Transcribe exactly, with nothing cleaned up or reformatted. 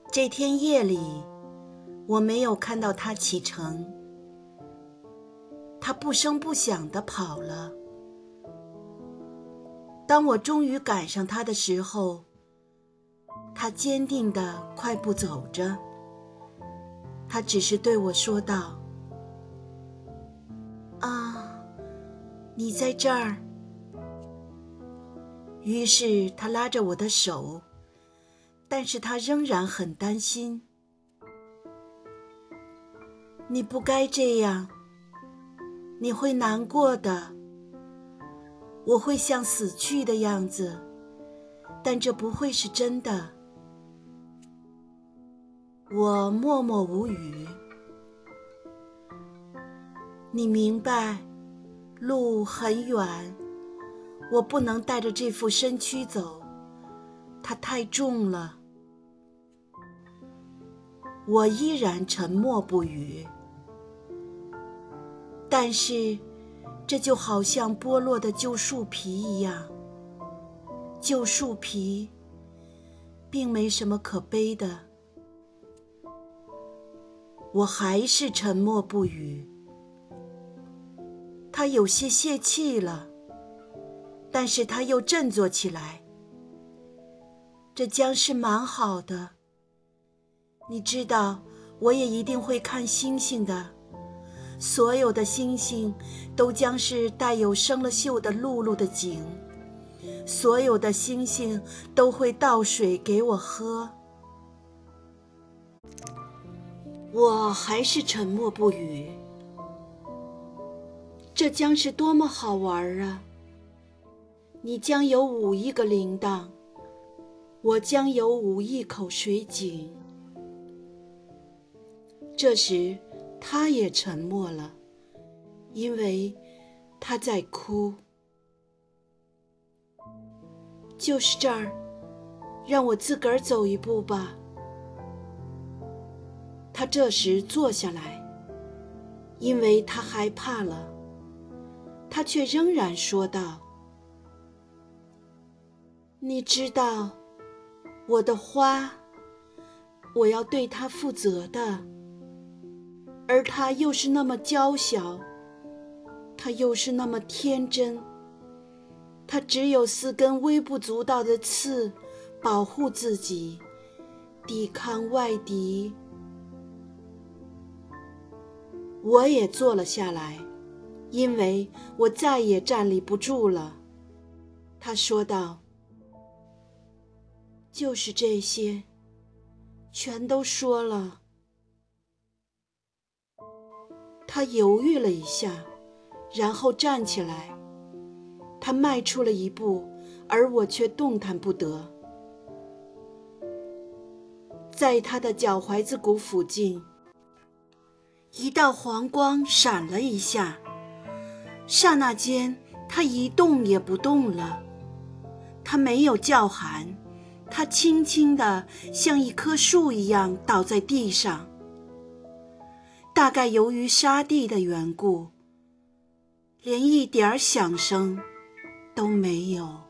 这天夜里，我没有看到他启程，他不声不响地跑了。当我终于赶上他的时候，他坚定地快步走着，他只是对我说道：啊，你在这儿。于是他拉着我的手，但是他仍然很担心。你不该这样，你会难过的。我会像死去的样子，但这不会是真的。我默默无语。你明白，路很远，我不能带着这副身躯走，它太重了。我依然沉默不语，但是这就好像剥落的旧树皮一样，旧树皮并没什么可悲的。我还是沉默不语。他有些泄气了，但是他又振作起来。这将是蛮好的。你知道，我也一定会看星星的。所有的星星都将是带有生了锈的露露的景，所有的星星都会倒水给我喝。我还是沉默不语。这将是多么好玩啊！你将有五亿个铃铛，我将有五亿口水井。这时他也沉默了，因为他在哭。就是这儿，让我自个儿走一步吧。他这时坐下来，因为他害怕了。他却仍然说道：你知道，我的花，我要对它负责的。而它又是那么娇小，它又是那么天真，它只有四根微不足道的刺保护自己，抵抗外敌。我也坐了下来，因为我再也站立不住了。他说道：就是这些，全都说了。他犹豫了一下，然后站起来。他迈出了一步，而我却动弹不得。在他的脚踝子骨附近，一道黄光闪了一下，刹那间他一动也不动了。他没有叫喊，他轻轻地像一棵树一样倒在地上。大概由于沙地的缘故，连一点响声都没有。